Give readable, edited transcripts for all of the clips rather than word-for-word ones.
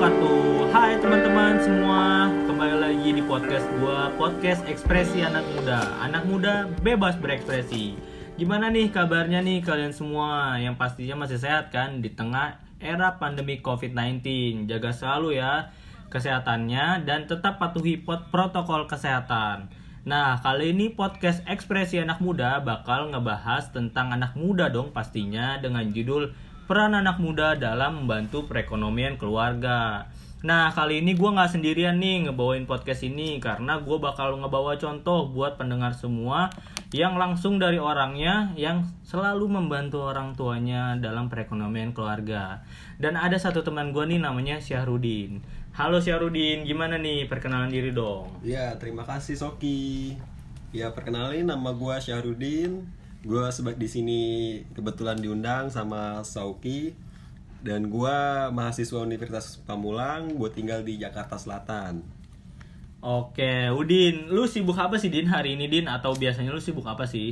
wabarakatuh. Hai teman-teman semua, kembali lagi di podcast gua, podcast ekspresi anak muda. Anak muda bebas berekspresi. Gimana nih kabarnya nih kalian semua? Yang pastinya masih sehat kan di tengah era pandemi COVID-19. Jaga selalu ya kesehatannya dan tetap patuhi protokol kesehatan. Nah, kali ini podcast ekspresi anak muda bakal ngebahas tentang anak muda dong pastinya dengan judul peran anak muda dalam membantu perekonomian keluarga. Nah, kali ini gue gak sendirian nih ngebawain podcast ini karena gue bakal ngebawa contoh buat pendengar semua yang langsung dari orangnya yang selalu membantu orang tuanya dalam perekonomian keluarga. Dan ada satu teman gue nih namanya Syahrudin. Halo Syahrudin, gimana nih? Perkenalan diri dong. Ya, terima kasih Soki. Ya, perkenalin nama gue Syahrudin. Gue di sini kebetulan diundang sama Sauki dan gue mahasiswa Universitas Pamulang. Gue tinggal di Jakarta Selatan. Oke, Udin, lu sibuk apa sih Din hari ini Din? Atau biasanya lu sibuk apa sih?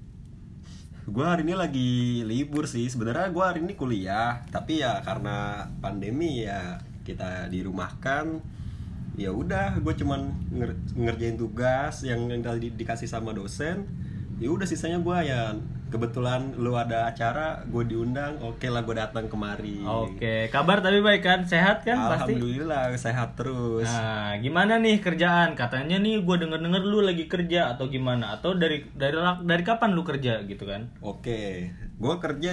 Gue hari ini lagi libur sih. Sebenarnya gue hari ini kuliah, tapi ya karena pandemi ya kita dirumahkan. Ya udah, gue cuman ngerjain tugas yang dikasih sama dosen. Ya udah sisanya gue ya kebetulan lu ada acara, gue diundang, oke lah gue datang kemari. Oke, kabar tapi baik kan? Sehat kan pasti? Alhamdulillah sehat terus. Nah, gimana nih kerjaan? Katanya nih gue denger lu lagi kerja atau gimana? Atau dari kapan lu kerja gitu kan? Oke, gue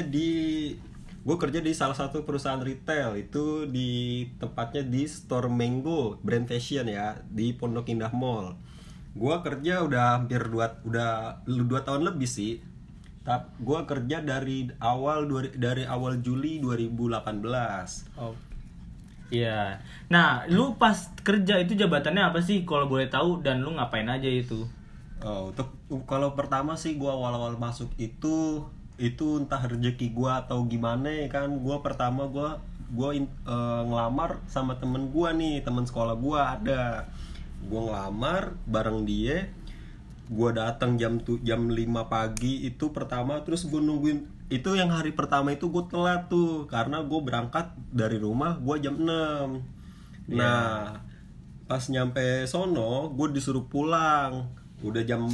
kerja di salah satu perusahaan retail, itu di tempatnya di Store Mango Brand Fashion ya, di Pondok Indah Mall. Gua kerja udah hampir 2 tahun lebih sih. Gua kerja dari awal Juli 2018. Oh. Iya. Nah, lu pas kerja itu jabatannya apa sih kalau boleh tahu dan lu ngapain aja itu? Oh, untuk kalau pertama sih gua awal-awal masuk itu entah rezeki gua atau gimana kan. Gua ngelamar sama temen gua nih, temen sekolah gua ada. Gue ngelamar bareng dia, gue datang jam 5 pagi itu pertama, terus gue nungguin itu yang hari pertama itu gue telat tuh karena gue berangkat dari rumah gue jam 6. Nah, pas nyampe sono gue disuruh pulang udah jam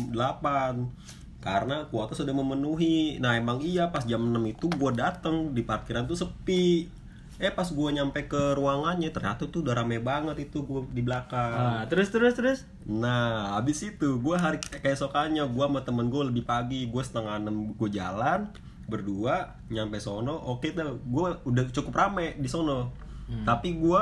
8 karena kuota sudah memenuhi. Nah emang iya, pas jam 6 itu gue datang di parkiran tuh sepi. Pas gue nyampe ke ruangannya ternyata tuh udah rame banget itu gue di belakang. Terus. Nah, abis itu gue hari keesokannya gue sama temen gue lebih pagi, gue 5:30 gue jalan berdua nyampe sono. Oke tuh, gue udah cukup rame di sono. Tapi gue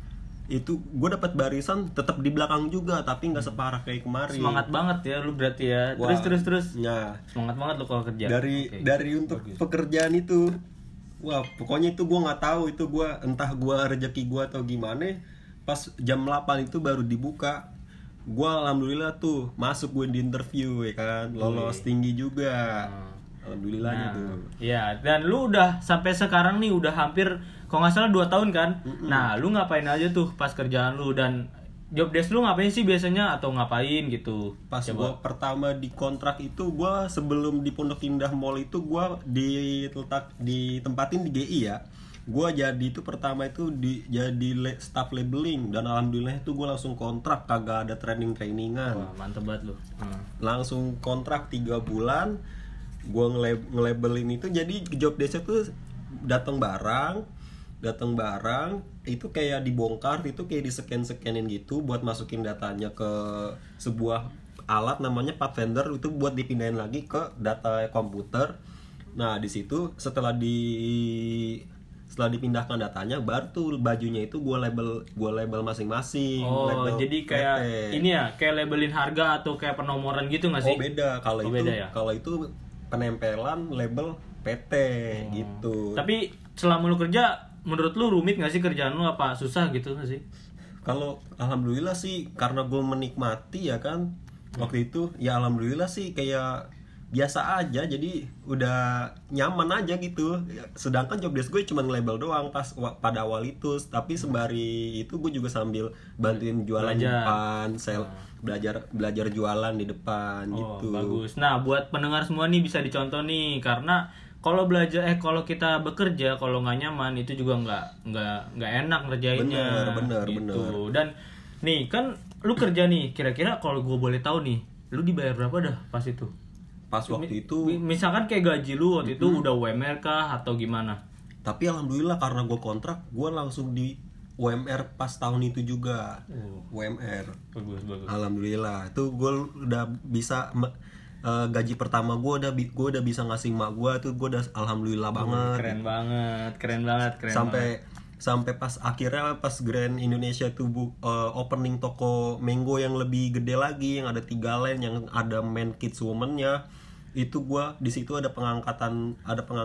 dapat barisan tetap di belakang juga, tapi nggak separah kayak kemarin. Semangat banget ya lu berarti ya. Wah, terus. Ya. Semangat banget lu kalau kerja. Dari untuk pekerjaan itu. Wah, pokoknya itu gue nggak tahu, itu gue entah gue rezeki gue atau gimana. Pas jam 8 itu baru dibuka. Gue alhamdulillah tuh masuk, gue di interview ya kan, lolos tinggi juga. Alhamdulillahnya tuh. Iya, dan lu udah sampai sekarang nih udah hampir kalau nggak salah 2 tahun kan. Nah, lu ngapain aja tuh pas kerjaan lu dan job desk lu ngapain sih biasanya atau ngapain gitu? Pas gue pertama di kontrak itu, gue sebelum di Pondok Indah Mall itu gue ditempatin di GI ya. Gue jadi itu pertama itu jadi staff labeling, dan alhamdulillah itu gue langsung kontrak, kagak ada trainingan. Wah, mantep banget lu. Langsung kontrak 3 bulan. Gue ngelabelin itu, jadi job desk itu datang barang itu kayak dibongkar, itu kayak di-scan-scanin gitu buat masukin datanya ke sebuah alat namanya Pathfinder, itu buat dipindahin lagi ke data komputer. Nah, di situ setelah dipindahkan datanya, baru tuh bajunya itu gue label masing-masing. Label jadi kayak PT. Ini ya, kayak labelin harga atau kayak penomoran gitu nggak sih? Beda. Kalau itu penempelan label PT gitu. Tapi selama lu kerja, menurut lu rumit nggak sih kerjaan lu, apa susah gitu nggak sih? Kalau alhamdulillah sih karena gue menikmati ya kan, waktu itu ya alhamdulillah sih kayak biasa aja, jadi udah nyaman aja gitu. Sedangkan job desk gue cuma label doang pada awal itu, tapi sembari itu gue juga sambil bantuin jualan di depan, belajar jualan di depan gitu. Bagus. Nah, buat pendengar semua nih bisa dicontoh nih, karena kalau belajar kalau kita bekerja kalau nggak nyaman itu juga nggak enak ngerjainnya. Bener. Dan nih kan lu kerja nih, kira-kira kalau gue boleh tahu nih, lu dibayar berapa dah pas itu? Pas waktu itu Misalkan kayak gaji lu waktu itu udah UMR kah atau gimana? tapi alhamdulillah karena gue kontrak, gue langsung di UMR pas tahun itu juga. UMR. Bagus. Alhamdulillah. Itu gue udah bisa gaji pertama gue udah bisa ngasih mak gue tuh, gue udah alhamdulillah banget. Keren banget. Sampai pas akhirnya pas Grand Indonesia tuh opening toko Mango yang lebih gede lagi, yang ada 3 line, yang ada men kids woman-nya. Itu gue di situ ada pengangkatan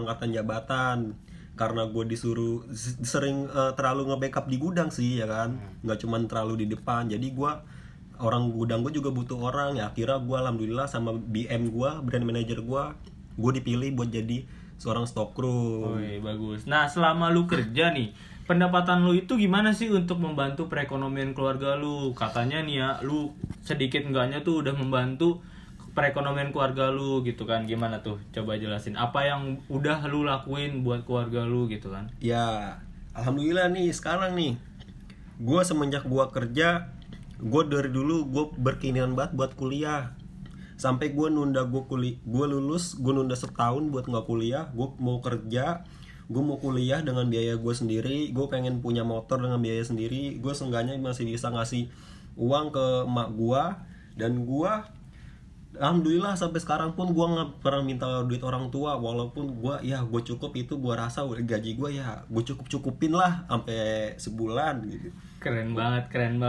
jabatan karena gue disuruh sering terlalu nge-backup di gudang sih ya kan, nggak cuman terlalu di depan. Jadi gue orang gudang gue juga butuh orang ya, akhirnya gue alhamdulillah sama BM gue, brand manager gue dipilih buat jadi seorang stockroom. Bagus. Nah selama lu kerja nih, pendapatan lu itu gimana sih untuk membantu perekonomian keluarga lu? Katanya nih ya, lu sedikit enggaknya tuh udah membantu perekonomian keluarga lu gitu kan. Gimana tuh? Coba jelasin. Apa yang udah lu lakuin buat keluarga lu gitu kan? Ya, alhamdulillah nih sekarang nih. Gue semenjak gue kerja, gue dari dulu gue berkeinginan banget buat kuliah. Sampai gue nunda gue lulus, gue nunda setahun buat nggak kuliah. Gue mau kerja, gue mau kuliah dengan biaya gue sendiri. Gue pengen punya motor dengan biaya sendiri. Gue seenggaknya masih bisa ngasih uang ke emak gue. Dan gue alhamdulillah sampai sekarang pun gue nggak pernah minta duit orang tua. Walaupun gue cukup, itu gue rasa gaji gue ya gue cukupin lah sampai sebulan gitu. Keren banget.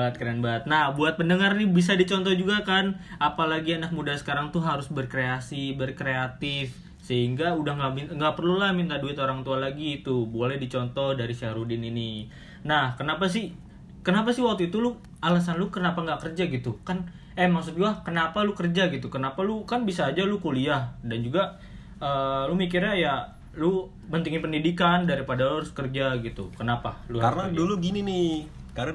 Nah, buat pendengar nih bisa dicontoh juga kan, apalagi anak muda sekarang tuh harus berkreatif, sehingga udah nggak perlu lah minta duit orang tua lagi. Itu boleh dicontoh dari Syahrudin ini. Nah, kenapa sih waktu itu alasan lu kenapa nggak kerja gitu kan? Maksud gua kenapa lu kerja gitu? Kenapa lu kan bisa aja lu kuliah dan juga lu mikirnya ya lu pentingin pendidikan daripada lu harus kerja gitu. Kenapa lu Karena dulu gini nih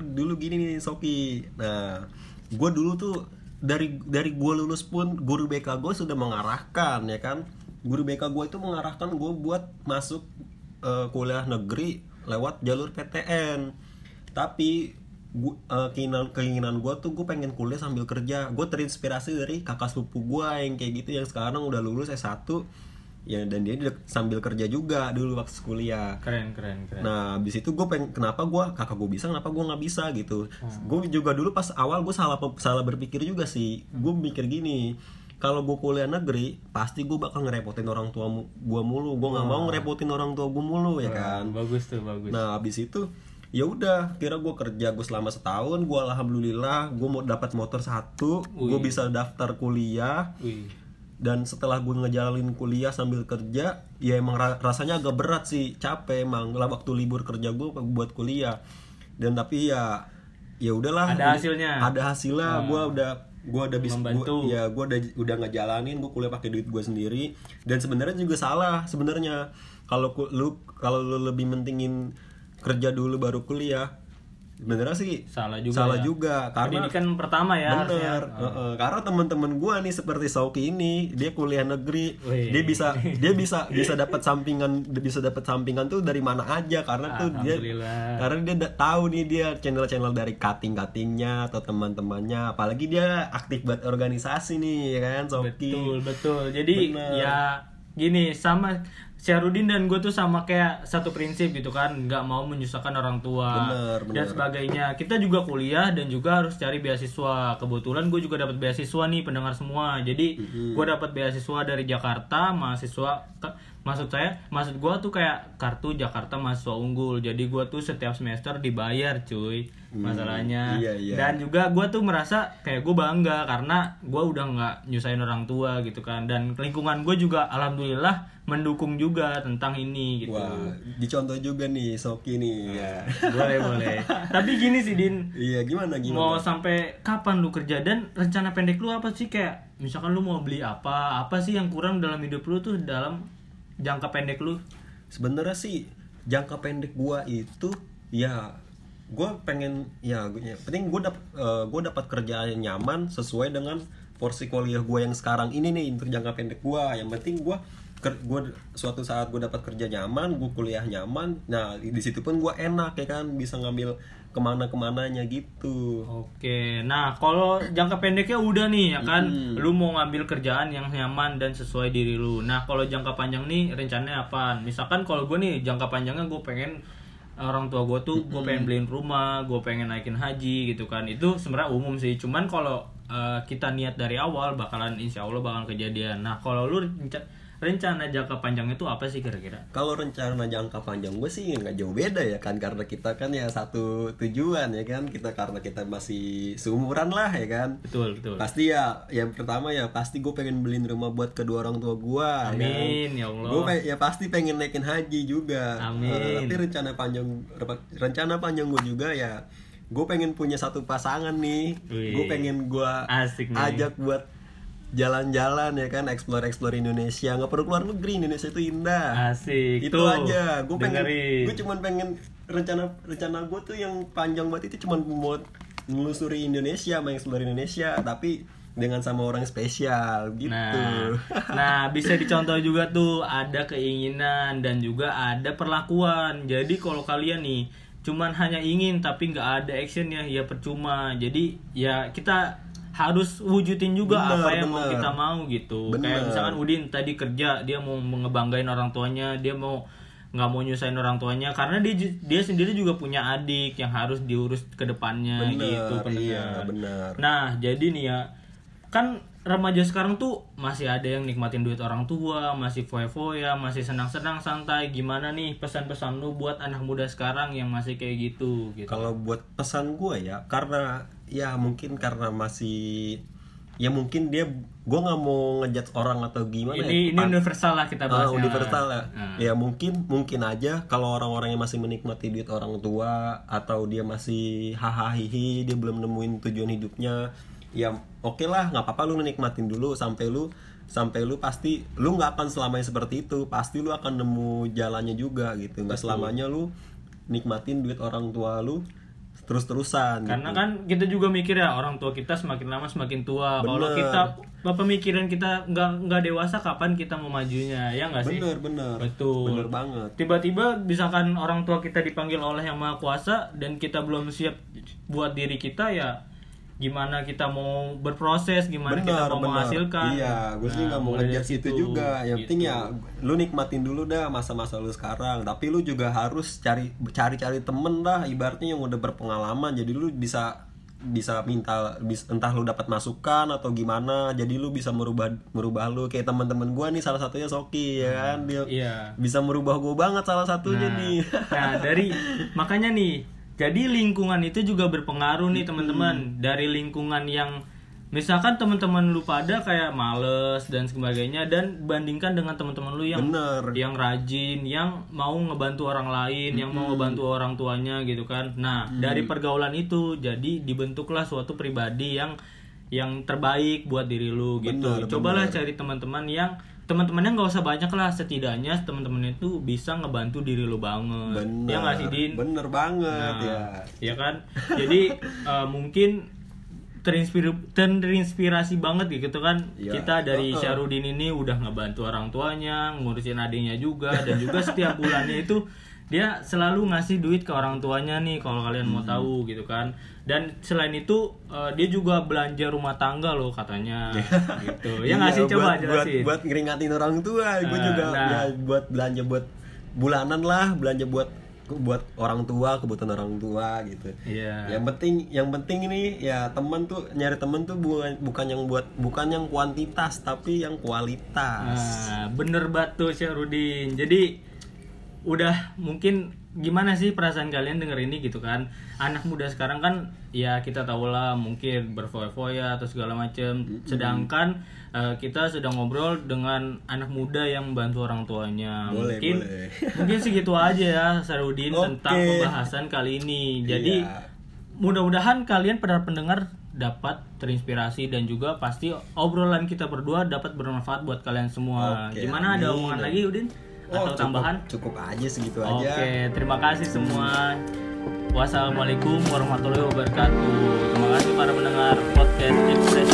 Soki. Nah, gue dulu tuh dari gue lulus pun guru BK gue sudah mengarahkan ya kan. Guru BK gue itu mengarahkan gue buat masuk kuliah negeri lewat jalur PTN. Tapi keinginan gue tuh gue pengen kuliah sambil kerja. Gue terinspirasi dari kakak sepupu gue yang kayak gitu, yang sekarang udah lulus S1 ya, dan dia sambil kerja juga dulu waktu kuliah. Keren. Nah abis itu gue kenapa kakak gue bisa, kenapa gue nggak bisa gitu. Gue juga dulu pas awal gue salah berpikir juga sih. Gue mikir gini, kalau gue kuliah negeri pasti gue bakal ngerepotin orang tua gue mulu. Gue nggak mau ngerepotin orang tua gue mulu ya kan. Bagus. Nah abis itu ya udah, kira gue kerja gue selama setahun, gue alhamdulillah gue mau dapat motor 1, gue bisa daftar kuliah. Dan setelah gue ngejalanin kuliah sambil kerja, ya emang rasanya agak berat sih, capek emang lah waktu libur kerja gue buat kuliah. Dan tapi ya udahlah, ada hasilnya. gue udah bisa membantu. Gue udah ngejalanin, gue kuliah pakai duit gue sendiri. Dan sebenarnya juga salah sebenarnya kalau lu lebih mentingin kerja dulu baru kuliah. Sebenarnya sih salah juga karena pendidikan pertama ya. Bener. Karena teman-teman gue nih seperti Sauki ini, dia kuliah negeri. Dia bisa dapat sampingan tuh dari mana aja, karena tuh dia tahu nih dia channel dari cuttingnya atau teman-temannya, apalagi dia aktif buat organisasi nih ya kan Sauki. Betul. Jadi ya gini, sama Syahrudin dan gue tuh sama kayak satu prinsip gitu kan, nggak mau menyusahkan orang tua dan sebagainya. Kita juga kuliah dan juga harus cari beasiswa. Kebetulan gue juga dapat beasiswa nih pendengar semua. Jadi gue dapat beasiswa dari Jakarta, maksud gue tuh kayak kartu Jakarta mahasiswa unggul. Jadi gue tuh setiap semester dibayar cuy masalahnya. Iya. Dan juga gue tuh merasa kayak gue bangga karena gue udah nggak nyusahin orang tua gitu kan. Dan lingkungan gue juga alhamdulillah mendukung juga tentang ini gitu. Wah, dicontoh juga nih Soki nih. Ya, boleh. Tapi gini sih Din. Iya, gimana? Mau sampai kapan lu kerja dan rencana pendek lu apa sih? Kayak misalkan lu mau beli apa sih yang kurang dalam hidup lu tuh dalam jangka pendek lu? Sebenarnya sih jangka pendek gua itu ya gua pengen penting gua dapat kerjaan yang nyaman sesuai dengan porsi kuliah gua yang sekarang ini nih untuk jangka pendek gua. Yang penting gua suatu saat gue dapat kerja nyaman, gue kuliah nyaman, nah di situ pun gue enak ya kan, bisa ngambil kemana-kemananya gitu. Oke, nah kalau jangka pendeknya udah nih ya kan, lu mau ngambil kerjaan yang nyaman dan sesuai diri lu. Nah kalau jangka panjang nih rencananya apa? Misalkan kalau gue nih jangka panjangnya gue pengen orang tua gue tuh gue pengen beliin rumah, gue pengen naikin haji gitu kan. Itu sebenarnya umum sih. Cuman kalau kita niat dari awal bakalan insya Allah bakalan kejadian. Nah kalau lu rencana jangka panjang itu apa sih kira-kira? Kalau rencana jangka panjang gue sih nggak jauh beda ya kan, karena kita kan ya satu tujuan ya kan, karena kita masih seumuran lah ya kan. Betul. Pasti ya yang pertama ya pasti gue pengen beliin rumah buat kedua orang tua gue. Amin kan? ya Allah. Gue ya pasti pengen naikin haji juga. Amin. Tapi rencana panjang gue juga ya, gue pengen punya satu pasangan nih. Gue pengen gue ajak buat jalan-jalan ya kan, explore Indonesia, nggak perlu keluar negeri, Indonesia itu indah. Asik itu tuh, aja gue cuman pengen rencana gue tuh yang panjang banget itu cuman buat menelusuri Indonesia, mengeksplor Indonesia, tapi dengan sama orang spesial gitu. Nah bisa dicontoh juga tuh, ada keinginan dan juga ada perlakuan. Jadi kalau kalian nih cuman hanya ingin tapi nggak ada actionnya ya percuma. Jadi ya kita harus wujudin juga apa yang mau kita mau gitu. Kayak misalkan Udin tadi kerja, dia mau ngebanggain orang tuanya, dia nggak mau nyusahin orang tuanya karena dia sendiri juga punya adik yang harus diurus ke depannya gitu. Iya, benar. Nah jadi nih ya kan remaja sekarang tuh masih ada yang nikmatin duit orang tua, masih foya-foya, masih senang-senang santai. Gimana nih pesan-pesan lu buat anak muda sekarang yang masih kayak gitu? Kalau buat pesan gue ya, karena ya mungkin karena masih ya mungkin gue nggak mau ngejudge orang atau gimana. Ini universal lah kita bahas. Universal ya. Ya mungkin aja kalau orang-orang yang masih menikmati duit orang tua atau dia masih hahaha dia belum nemuin tujuan hidupnya, ya oke lah, nggak apa-apa lu nikmatin dulu sampai lu pasti lu nggak akan selamanya seperti itu, pasti lu akan nemu jalannya juga gitu. Nggak selamanya lu nikmatin duit orang tua lu terus-terusan karena gitu. Kan kita juga mikir ya orang tua kita semakin lama semakin tua. Kalau kita pemikiran kita nggak dewasa, kapan kita mau majunya, ya nggak sih? Betul. Bener banget. Tiba-tiba misalkan orang tua kita dipanggil oleh Yang Maha Kuasa dan kita belum siap buat diri kita, ya gimana kita mau berproses, gimana kita mau menghasilkan. Iya, gue sih nggak mau ngejar situ juga. Yang penting ya lu nikmatin dulu dah masa-masa lu sekarang. Tapi lu juga harus cari temen lah, ibaratnya yang udah berpengalaman. Jadi lu bisa entah lu dapat masukan atau gimana. Jadi lu bisa merubah lu. Kayak teman-teman gue nih, salah satunya Soki ya kan, dia bisa merubah gue banget salah satunya nih. Nah makanya nih. Jadi lingkungan itu juga berpengaruh nih teman-teman. Dari lingkungan yang misalkan teman-teman lu pada kayak males dan sebagainya, dan bandingkan dengan teman-teman lu yang rajin, yang mau ngebantu orang lain, yang mau ngebantu orang tuanya gitu kan. Nah, dari pergaulan itu jadi dibentuklah suatu pribadi yang terbaik buat diri lu gitu. Cobalah cari teman-temannya nggak usah banyak lah, setidaknya teman-teman itu bisa ngebantu diri lo banget. Ya nggak sih Din? Bener banget. Ya kan. Jadi mungkin terinspirasi banget gitu kan ya, kita dari Syarudin ini udah ngebantu orang tuanya, ngurusin adiknya juga, dan juga setiap bulannya itu dia selalu ngasih duit ke orang tuanya nih kalau kalian mau tahu gitu kan. Dan selain itu dia juga belanja rumah tangga loh katanya gitu. Ya nggak sih, coba jelasin. Buat ngeringatin orang tua, gue juga ya, buat belanja buat bulanan lah, belanja buat orang tua, kebutuhan orang tua gitu. Iya. Yang penting ini ya nyari temen tuh bukan yang kuantitas tapi yang kualitas. Nah, bener banget tuh Syarudin. Jadi udah mungkin gimana sih perasaan kalian denger ini gitu kan. Anak muda sekarang kan ya kita tahu lah mungkin berfoya-foya atau segala macem. Sedangkan kita sedang ngobrol dengan anak muda yang membantu orang tuanya. Mungkin segitu aja ya Syarudin tentang pembahasan kali ini. Jadi mudah-mudahan kalian para pendengar dapat terinspirasi dan juga pasti obrolan kita berdua dapat bermanfaat buat kalian semua. Gimana, ada omongan lagi Udin? Atau tambahan? Cukup aja segitu aja. Oke, terima kasih semua. Wassalamualaikum warahmatullahi wabarakatuh. Terima kasih para pendengar podcast Ekspresi